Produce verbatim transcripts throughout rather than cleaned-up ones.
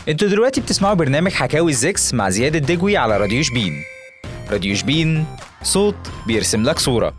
انتوا دلوقتي بتسمعوا برنامج حكاوي الزكس مع زياد الدجوي على راديو شبين. راديو شبين، صوت بيرسم لك صورة.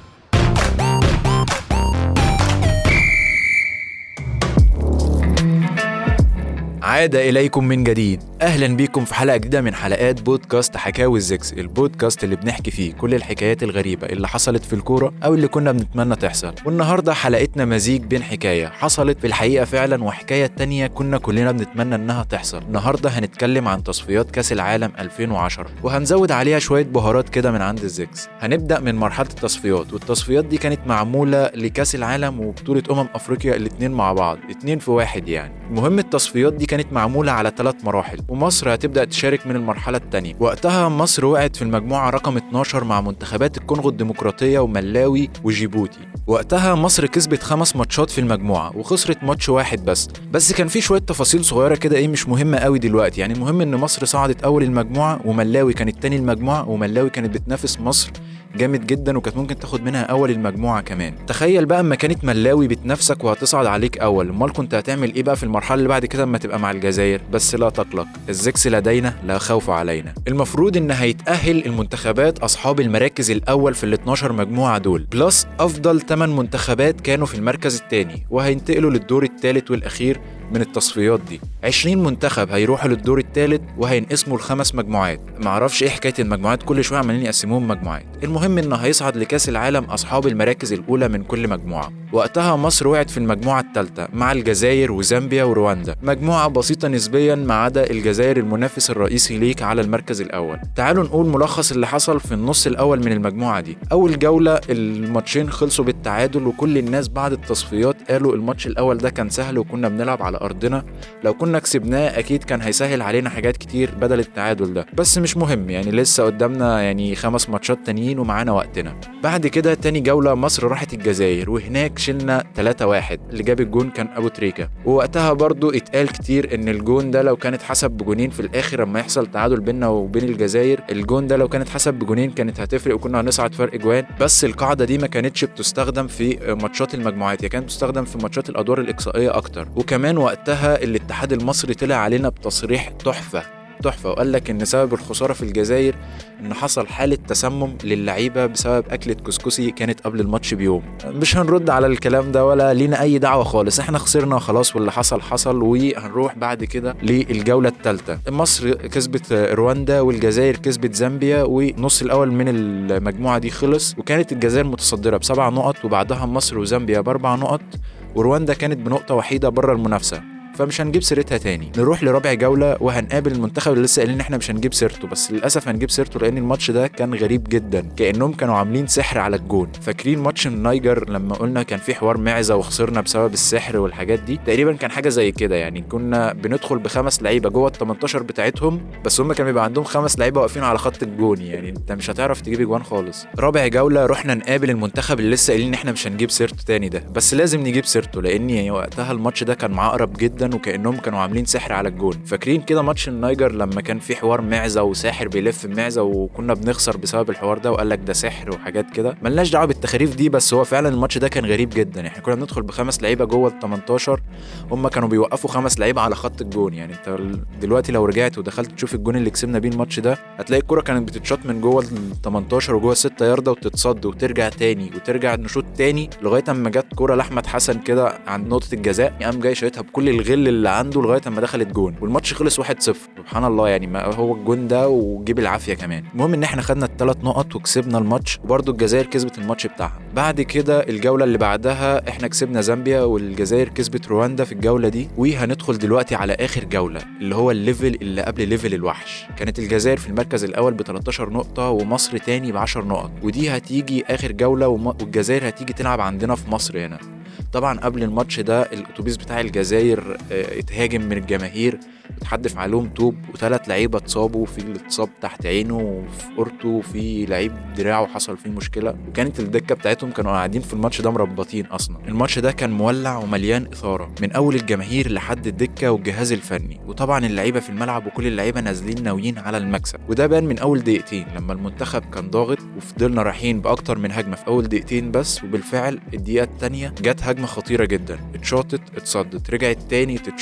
عاد إليكم من جديد. أهلا بكم في حلقة جديدة من حلقات بودكاست حكاوي الزكس، البودكاست اللي بنحكي فيه كل الحكايات الغريبة اللي حصلت في الكورة أو اللي كنا بنتمنى تحصل. والنهاردة حلقتنا مزيج بين حكاية حصلت في الحقيقة فعلا وحكاية تانية كنا كلنا بنتمنى إنها تحصل. النهاردة هنتكلم عن تصفيات كأس العالم ألفين وعشرة وهنزود عليها شوية بهارات كده من عند الزكس. هنبدأ من مرحلة التصفيات، والتصفيات دي كانت معمولة لكأس العالم وبطولة أمم أفريقيا الاتنين مع بعض، اتنين في واحد يعني. المهم التصفيات دي كانت معمولة على ثلاث مراحل، ومصر هتبدأ تشارك من المرحلة الثانية. وقتها مصر وقعت في المجموعة رقم اتناشر مع منتخبات الكونغو الديمقراطية وملاوي وجيبوتي. وقتها مصر كسبت خمس ماتشات في المجموعة وخسرت ماتش واحد بس بس كان في شوية تفاصيل صغيرة كده ايه مش مهمة قوي دلوقتي. يعني المهم ان مصر صعدت اول المجموعة وملاوي كانت تاني المجموعة، وملاوي كانت بتنافس مصر جامد جدا وكانت ممكن تاخد منها اول المجموعة كمان. تخيل بقى اما كانت ملاوي بتنافسك وهتصعد عليك اول، امال كنت هتعمل ايه بقى في المرحلة اللي بعد كده اما تبقى مع الجزائر؟ بس لا تقلق، الزكس لدينا لا خوف علينا. المفروض ان هيتأهل المنتخبات اصحاب المراكز الاول في ال اتناشر مجموعة دول بلس افضل ثمانية منتخبات كانوا في المركز الثاني، وهينتقلوا للدور الثالث والاخير من التصفيات دي. عشرين منتخب هيروحوا للدور الثالث وهينقسموا لخمس مجموعات. معرفش ايه حكايه المجموعات، كل شويه عمالين يقسموهم مجموعات. المهم انه هيصعد لكاس العالم اصحاب المراكز الاولى من كل مجموعه. وقتها مصر وقعت في المجموعه الثالثه مع الجزائر وزامبيا ورواندا، مجموعه بسيطه نسبيا ما عدا الجزائر المنافس الرئيسي ليك على المركز الاول. تعالوا نقول ملخص اللي حصل في النص الاول من المجموعه دي. اول جوله الماتشين خلصوا بالتعادل، وكل الناس بعد التصفيات قالوا الماتش الاول ده كان سهل وكنا بنلعب على أرضنا، لو كنا كسبناه أكيد كان هيسهل علينا حاجات كتير بدل التعادل ده. بس مش مهم، يعني لسه قدامنا يعني خمس ماتشات تانيين ومعانا وقتنا. بعد كده تاني جولة مصر راحت الجزائر وهناك شلنا ثلاثة واحد، اللي جاب الجون كان أبو تريكة. ووقتها برضو اتقال كتير إن الجون ده لو كانت حسب بجونين في الآخر لما يحصل تعادل بيننا وبين الجزائر، الجون ده لو كانت حسب بجونين كانت هتفرق وكنا هنصعد فرق جوان. بس القاعدة دي ما كانتش بتستخدم في ماتشات المجموعات، هي كانت بتستخدم في ماتشات الأدوار الإقصائية أكتر. وكمان وقتها الاتحاد المصري طلع علينا بتصريح تحفة تحفة وقال لك ان سبب الخسارة في الجزائر ان حصل حالة تسمم للعيبة بسبب اكلة كسكسي كانت قبل الماتش بيوم. مش هنرد على الكلام ده ولا لينا اي دعوة خالص، احنا خسرنا خلاص واللي حصل حصل. وهنروح بعد كده للجولة الثالثة. مصر كسبت رواندا والجزائر كسبت زامبيا، ونص الاول من المجموعة دي خلص وكانت الجزائر متصدرة بسبع نقط، وبعدها مصر وزامبيا باربع نقط، ورواندا كانت بنقطة وحيدة بره المنافسة، فمش هنجيب سيرتها تاني. نروح لرابع جولة وهنقابل المنتخب اللي لسه قايلين احنا مش هنجيب سيرته، بس للأسف هنجيب سيرته لأن الماتش ده كان غريب جدا، كأنهم كانوا عاملين سحر على الجون. فاكرين ماتش النيجر لما قلنا كان في حوار معزة وخسرنا بسبب السحر والحاجات دي؟ تقريبا كان حاجة زي كده، يعني كنا بندخل بخمس لعيبة جوه ال تمنتاشر بتاعتهم، بس هم كان بيبقى عندهم خمس لعيبة واقفين على خط الجون، يعني انت مش هتعرف تجيب جوان خالص. رابع جولة رحنا نقابل المنتخب اللي لسه قايلين احنا مش هنجيب سيرته تاني ده، بس لازم نجيب سيرته لأن يعني وقتها الماتش ده كان معقرب جدا وكأنهم كانوا عاملين سحر على الجون. فاكرين كده ماتش النيجر لما كان في حوار معزة وساحر بيلف المعزة وكنا بنخسر بسبب الحوار ده وقال لك ده سحر وحاجات كده؟ ملناش دعوه بالتخاريف دي، بس هو فعلا الماتش ده كان غريب جدا. احنا كنا بندخل بخمس لعيبه جوه ال تمنتاشر، هم كانوا بيوقفوا خمس لعيبه على خط الجون. يعني انت دلوقتي لو رجعت ودخلت تشوف الجون اللي كسبنا بيه الماتش ده هتلاقي الكره كانت بتتشاط من جوه ال تمنتاشر وجوه ستة ياردة وتتصد وترجع تاني وترجع نشوط تاني لغايه اما جت كره لاحمد حسن كده عند نقطه الجزاء، قام جاي شايطها بكل الغل اللي عنده لغايه اما دخلت جون، والماتش خلص واحد صفر. سبحان الله، يعني ما هو الجون ده وجيب العافيه كمان. المهم ان احنا خدنا الثلاث نقط وكسبنا الماتش، وبرده الجزائر كسبت الماتش بتاعها. بعد كده الجوله اللي بعدها احنا كسبنا زامبيا والجزائر كسبت رواندا في الجوله دي. وهندخل دلوقتي على اخر جوله اللي هو الليفل اللي قبل ليفل الوحش. كانت الجزائر في المركز الاول ب تلتاشر نقطه ومصر تاني ب عشر نقط، ودي هتيجي اخر جوله والجزائر هتيجي تلعب عندنا في مصر هنا. طبعا قبل الماتش ده الاتوبيس بتاع الجزائر اتهاجم من الجماهير اتحدف عليهم طوب، وثلاث لعيبه اتصابوا، في اللي اتصاب تحت عينه وفي اورته، وفي لعيب دراعه حصل فيه مشكله، وكانت الدكه بتاعتهم كانوا قاعدين في الماتش ده مربطين اصلا. الماتش ده كان مولع ومليان اثاره من اول الجماهير لحد الدكه والجهاز الفني، وطبعا اللعيبه في الملعب وكل اللعيبه نازلين ناويين على المكسب. وده بان من اول دقيقتين لما المنتخب كان ضاغط وفضلنا رايحين باكتر من هجمه في اول دقيقتين بس، وبالفعل الدقيقه الثانيه جت هجمه خطيره جدا، اتشاطت اتصدت، رجعت تاني تتشاط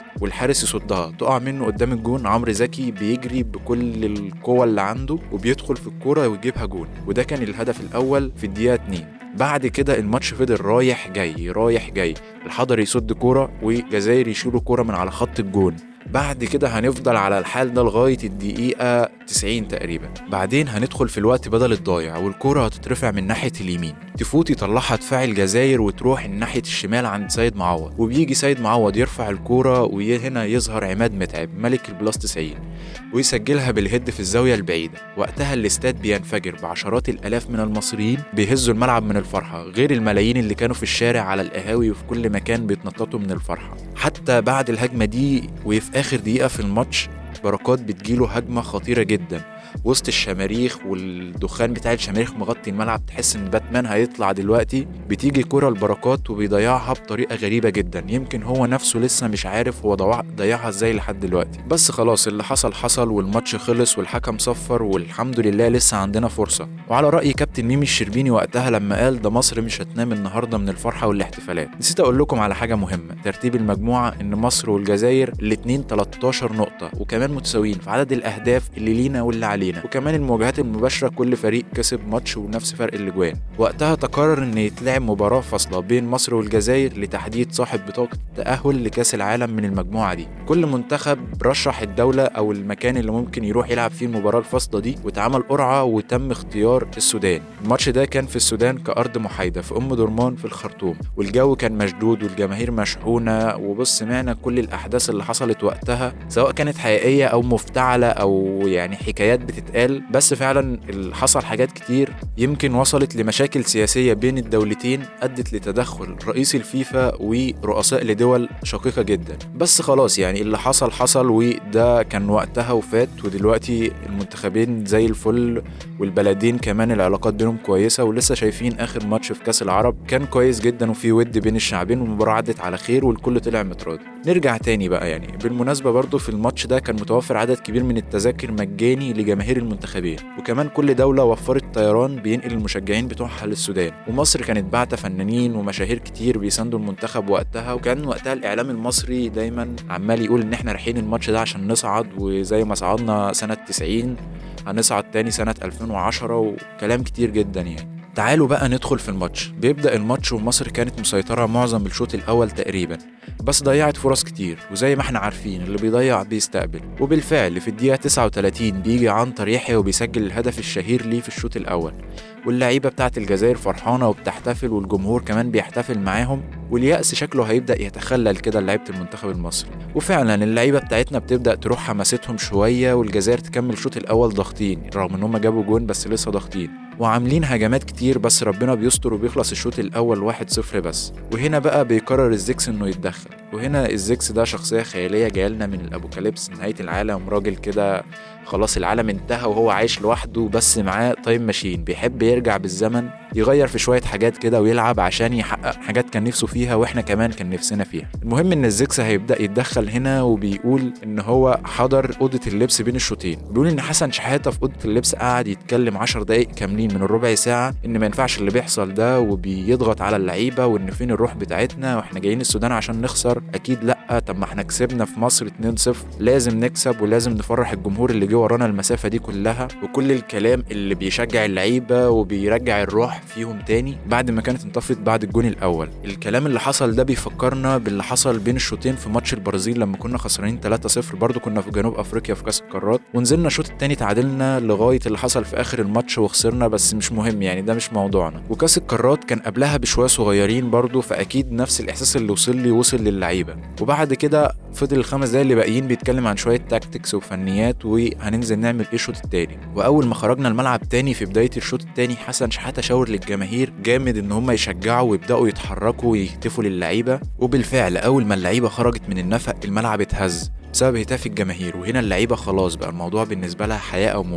والحارس يصدها تقع منه قدام الجون، عمرو زكي بيجري بكل القوة اللي عنده وبيدخل في الكرة ويجيبها جون، وده كان الهدف الأول في الدقيقة اتنين. بعد كده الماتش فضل رايح جاي رايح جاي، الحضري يصد كرة والجزائر يشيلوا كرة من على خط الجون. بعد كده هنفضل على الحال ده لغاية الدقيقة تسعين تقريبا. بعدين هندخل في الوقت بدل الضايع والكرة هتترفع من ناحية اليمين، تفوت يطلعها دفاع الجزائر وتروح ناحية الشمال عند سيد معوض، وبيجي سيد معوض يرفع الكرة وهنا يظهر عماد متعب ملك البلاس تسعين ويسجلها بالهيد في الزاوية البعيدة. وقتها الاستاد بينفجر بعشرات الآلاف من المصريين بيهزوا الملعب من الفرحة، غير الملايين اللي كانوا في الشارع على القهاوي وفي كل مكان بيتنططوا من الفرحة. حتى بعد الهجمة دي وفي آخر دقيقة في الماتش بركات بتجيله هجمة خطيرة جدا وسط الشماريخ والدخان بتاع الشماريخ مغطي الملعب، تحس ان باتمان هيطلع دلوقتي. بتيجي كرة البركات وبيضيعها بطريقة غريبة جدا، يمكن هو نفسه لسه مش عارف هو ضيعها ازاي لحد دلوقتي. بس خلاص اللي حصل حصل والماتش خلص والحكم صفر والحمد لله لسه عندنا فرصة. وعلى رأي كابتن ميمي الشربيني وقتها لما قال ده مصر مش هتنام النهاردة من الفرحة والاحتفالات. نسيت اقول لكم على حاجة مهمة، ترتيب المجموعة ان مصر والجزائر الاتنين تلتاشر نقطة وكمان متساويين في عدد الاهداف اللي لينا واللي علينا، وكمان المواجهات المباشرة كل فريق كسب ماتش ونفس فرق الاجوان. وقتها تقرر ان يتلعب مباراة فاصلة بين مصر والجزائر لتحديد صاحب بطاقة التأهل لكأس العالم من المجموعة دي. كل منتخب رشح الدولة او المكان اللي ممكن يروح يلعب فيه المباراة الفاصلة دي، واتعمل قرعة وتم اختيار السودان. الماتش ده كان في السودان كأرض محايدة في ام درمان في الخرطوم، والجو كان مشدود والجماهير مشحونة. وبص سمعنا كل الاحداث اللي حصلت وقتها سواء كانت حقيقية او مفتعلة او يعني حكايات بتتقال، بس فعلا اللي حصل حاجات كتير يمكن وصلت لمشاكل سياسية بين الدولتين ادت لتدخل رئيس الفيفا ورؤساء لدول شقيقة جدا. بس خلاص يعني اللي حصل حصل وده كان وقتها وفات، ودلوقتي المنتخبين زي الفل والبلدين كمان العلاقات بينهم كويسة، ولسه شايفين اخر ماتش في كاس العرب كان كويس جدا وفي ود بين الشعبين والمباراة عدت على خير والكل طلع متراضي. نرجع تاني بقى، يعني بالمناسبة برضو في الماتش ده كان متوفر عدد كبير من التذاكر مجاني لجماهير المنتخبين، وكمان كل دولة وفرت طيران بينقل المشجعين بتوعها للسودان. ومصر كانت باعتة فنانين ومشاهير كتير بيساندوا المنتخب وقتها، وكان وقتها الإعلام المصري دايما عمال يقول إن إحنا رايحين الماتش ده عشان نصعد، وزي ما صعدنا سنة تسعين هنصعد تاني سنة ألفين وعشرة وكلام كتير جدا يعني. تعالوا بقى ندخل في الماتش. بيبدأ الماتش ومصر كانت مسيطرة معظم الشوط الأول تقريبا، بس ضيعت فرص كتير، وزي ما احنا عارفين اللي بيضيع بيستقبل. وبالفعل في الدقيقة تسعة وتلاتين بيجي عنتر يحيى وبيسجل الهدف الشهير ليه في الشوط الأول، واللعيبة بتاعت الجزائر فرحانة وبتحتفل والجمهور كمان بيحتفل معاهم، واليأس شكله هيبدأ يتخلل كده لعيبة المنتخب المصري. وفعلا اللعيبة بتاعتنا بتبدأ تروح حماستهم شوية، والجزائر تكمل الشوط الأول ضاغطين رغم ان هم جابوا جون بس لسه ضاغطين وعاملين هجمات كتير، بس ربنا بيستر وبيخلص الشوط الأول واحد صفر بس. وهنا بقى بيقرر الزيكس انه يتدخل، وهنا الزيكس ده شخصية خيالية جايلنا من الأبوكاليبس، نهاية العالم، راجل كده خلاص العالم انتهى وهو عايش لوحده، بس معاه تايم ماشين بيحب يرجع بالزمن يغير في شوية حاجات كده ويلعب عشان يحقق حاجات كان نفسه فيها واحنا كمان كان نفسنا فيها. المهم ان الزيكس هيبدأ يتدخل هنا وبيقول ان هو حضر أوضة اللبس بين الشوطين، بيقول ان حسن شحاتة في أوضة اللبس قاعد يتكلم عشر دقايق كاملين من الربع ساعة ان ما ينفعش اللي بيحصل ده، وبيضغط على اللعيبة وان فين الروح بتاعتنا واحنا جايين السودان عشان نخسر. اكيد لا، طب ما احنا كسبنا في مصر اتنين صفر، لازم نكسب ولازم نفرح الجمهور اللي جه ورانا المسافة دي كلها، وكل الكلام اللي بيشجع اللعيبة وبيرجع الروح فيهم تاني بعد ما كانت انطفت بعد الجون الاول. الكلام اللي حصل ده بيفكرنا باللي حصل بين الشوطين في ماتش البرازيل لما كنا خسرانين تلاتة صفر، برضو كنا في جنوب افريقيا في كاس القارات، ونزلنا الشوط التاني تعادلنا لغاية اللي حصل في اخر الماتش وخسرنا، بس مش مهم يعني ده مش موضوعنا. وكاس القارات كان قبلها بشوية صغيرين برضو، فاكيد نفس الاحساس اللي وصل لي وصل للعيبة. وبعد كده فضل الخمس دقايق اللي باقيين بيتكلم عن شوية تاكتكس وفنيات وهننزل نعمل ايه الشوط التاني. واول ما خرجنا الملعب تاني في بداية الشوط التاني حسن شحاتة شاور للجماهير جامد ان هم يشجعوا ويبداوا يتحركوا ويهتفوا للعيبة، وبالفعل اول ما اللعيبة خرجت من النفق الملعب اتهز بسبب هتاف الجماهير، وهنا اللعيبة خلاص بقى الموضوع بالنسبة لها حياة او موت.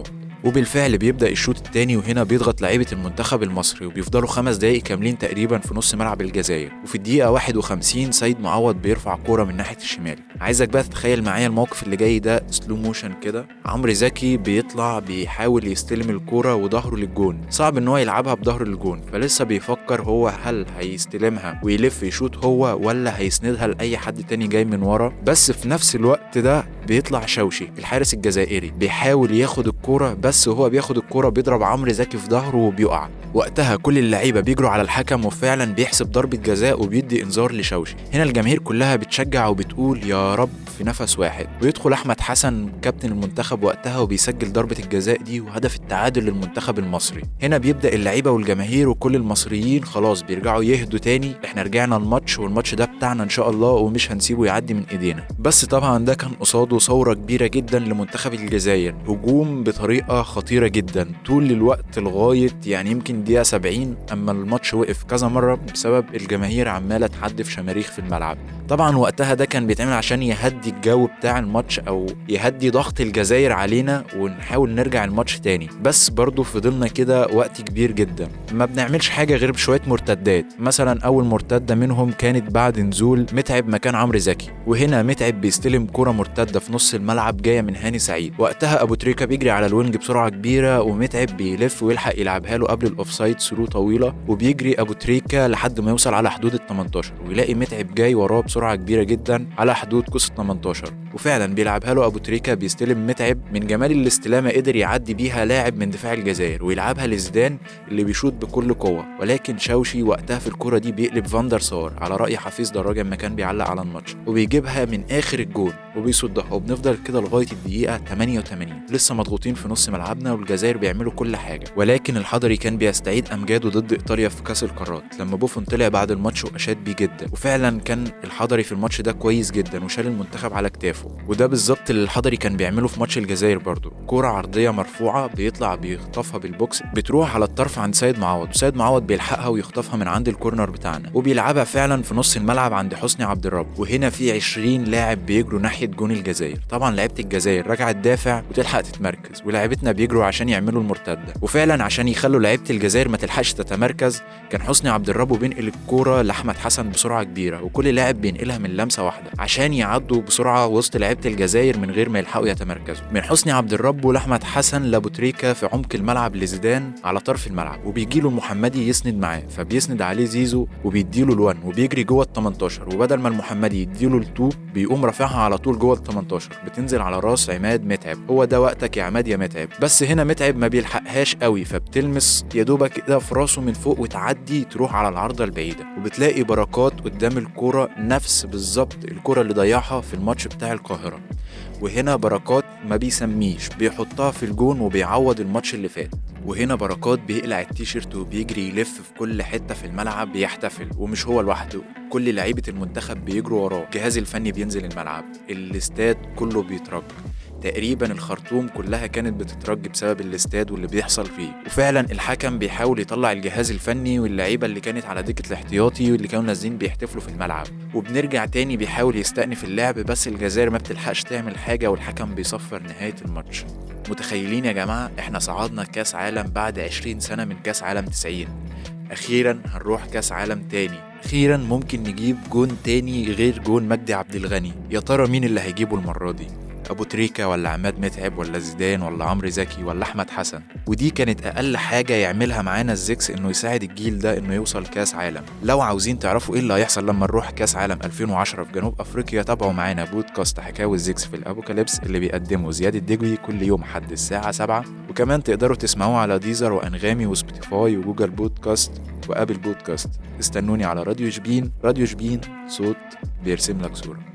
وبالفعل بيبدأ الشوط الثاني، وهنا بيضغط لعيبة المنتخب المصري وبيفضلوا خمس دقايق كاملين تقريبا في نص ملعب الجزائر. وفي الدقيقة واحد وخمسين سيد معوض بيرفع كورة من ناحية الشمال. عايزك بقى تتخيل معايا الموقف اللي جاي ده سلو موشن كده. عمرو زكي بيطلع بيحاول يستلم الكورة وظهره للجون، صعب ان هو يلعبها بظهره للجون، فلسه بيفكر هو هل هيستلمها ويلف يشوط هو ولا هيسندها لأي حد تاني جاي من ورا. بس في نفس الوقت ده بيطلع شوشي الحارس الجزائري بيحاول ياخد الكورة، بس وهو بياخد الكورة بيضرب عمرو زكي في ظهره وبيقع. وقتها كل اللعيبة بيجروا على الحكم وفعلا بيحسب ضربة جزاء وبيدي انذار لشوشي. هنا الجماهير كلها بتشجع وبتقول يا رب في نفس واحد، ويدخل احمد حسن كابتن المنتخب وقتها وبيسجل ضربة الجزاء دي وهدف التعادل للمنتخب المصري. هنا بيبدأ اللعيبة والجماهير وكل المصريين خلاص بيرجعوا يهدوا تاني، احنا رجعنا الماتش والماتش ده بتاعنا ان شاء الله ومش هنسيبه يعدي من ايدينا. بس طبعا ده كان قصاده ثورة كبيرة جدا لمنتخب الجزائر، هجوم بطريقة خطيرة جدا طول الوقت لغاية يعني يمكن دقيقة سبعين، اما الماتش وقف كذا مرة بسبب الجماهير عمالة تحدف شماريخ في الملعب. طبعا وقتها ده كان بيتعمل عشان يهدي الجو بتاع الماتش او يهدي ضغط الجزائر علينا ونحاول نرجع الماتش تاني. بس برضو فضلنا كده وقت كبير جدا ما بنعملش حاجة غير بشوية مرتدات. مثلا اول مرتدة منهم كانت بعد نزول متعب مكان عمرو زكي، وهنا متعب بيستلم كرة مرتدة في نص الملعب جاية من هاني سعيد. وقتها ابو تريكة بيجري على الوينج بسرعة كبيرة ومتعب بيلف ويلحق يلعبها له قبل الاوفسايد ثرو طويلة، وبيجري ابو تريكة لحد ما يوصل على حدود ال تمنتاشر ويلاقي متعب جاي وراه بسرعة كبيرة جدا على حدود قوس ال تمنتاشر، وفعلا بيلعبها له ابو تريكة بيستلم متعب. من جمال الاستلامة قدر يعدي بيها لاعب من دفاع الجزائر ويلعبها لزيدان اللي بيشوط بكل قوة، ولكن شوشي وقتها في الكرة دي بيقلب فاندر سار على رأي حفيظ دراجة لما كان بيعلق على الماتش، وبيجيبها من آخر الجون وبيصدها. وبنفضل كده لغاية الدقيقة تمانية وتمانين لسه مضغوطين في نص ملعبنا والجزائر بيعملوا كل حاجة. ولكن الحضري كان بيستعيد أمجاده ضد إيطاليا في كأس القارات لما بوفون طلع بعد الماتش وأشاد بيه جدا، وفعلا كان الحضري في الماتش ده كويس جدا وشال المنتخب على كتافه. وده بالظبط اللي الحضري كان بيعمله في ماتش الجزائر برضو. كرة عرضية مرفوعة بيطلع بيخطفها بالبوكس بتروح على الطرف عند سيد معوض، وسيد معوض بيلحقها ويخطفها من عند الكورنر بتاعنا وبيلعبها فعلا في نص الملعب عند حسني عبد الرب. وهنا في عشرين لاعب بيجروا ناحية جون الجزائر. طبعا لعيبة الجزائر رجعت تدافع وتلحق تتمركز، ولاعيبتنا بيجروا عشان يعملوا المرتدة. وفعلا عشان يخلوا لعيبة الجزائر ما تلحقش تتمركز كان حسني عبد الرب بينقل الكورة لأحمد حسن بسرعة كبيرة، وكل لاعب بينقلها من لمسة واحدة عشان يعدوا بسرعة وسط لعيبة الجزائر من غير ما يلحقوا يتمركزوا. من حسني عبد الرب ولأحمد حسن لأبو تريكة في عمق الملعب لزيدان على طرف الملعب، وبيجيله المحمدي يسند معاه فبيسند عليه زيزو وبيديله الوان وبيجري جوه ال تمنتاشر، وبدل ما المحمدي يديله التو بيقوم رافعها على طول جوه ال تمنتاشر بتنزل على راس عماد متعب. هو ده وقتك يا عماد يا متعب. بس هنا متعب ما بيلحقهاش قوي فبتلمس يا دوبك كده في راسه من فوق وتعدي تروح على العارضه البعيده، وبتلاقي بركات قدام الكوره نفس بالظبط الكوره اللي ضيعها في الماتش بتاع القاهره. وهنا بركات ما بيسميش بيحطها في الجون وبيعوض الماتش اللي فات. وهنا بركات بيقلع التيشيرت وبيجري يلف في كل حتة في الملعب بيحتفل، ومش هو لوحده، كل لعيبة المنتخب بيجروا وراه، الجهاز الفني بينزل الملعب، الاستاد كله بيترج، تقريبا الخرطوم كلها كانت بتترج بسبب الاستاد واللي بيحصل فيه. وفعلا الحكم بيحاول يطلع الجهاز الفني واللعيبه اللي كانت على دكه الاحتياطي واللي كانوا نازلين بيحتفلوا في الملعب، وبنرجع تاني بيحاول يستأنف اللعب بس الجزائر ما بتلحقش تعمل حاجه والحكم بيصفر نهايه الماتش. متخيلين يا جماعه احنا صعدنا كاس عالم بعد عشرين سنه من كاس عالم تسعين، اخيرا هنروح كاس عالم تاني، اخيرا ممكن نجيب جون تاني غير جون مجدي عبد الغني. يا ترى مين اللي هيجيبه المره دي؟ ابو تريكة ولا عماد متعب ولا زيدان ولا عمرو زكي ولا احمد حسن؟ ودي كانت اقل حاجه يعملها معانا الزكس انه يساعد الجيل ده انه يوصل كاس عالم. لو عاوزين تعرفوا ايه اللي هيحصل لما نروح كاس عالم ألفين وعشرة في جنوب افريقيا تابعوا معانا بودكاست حكاوي الزكس في الابوكاليبس اللي بيقدمه زياد الدجوي كل يوم حد الساعه سبعة، وكمان تقدروا تسمعوه على ديزر وانغامي وسبوتيفاي وجوجل بودكاست وابل بودكاست. استنوني على راديو شبين، راديو شبين صوت بيرسم لك صوره.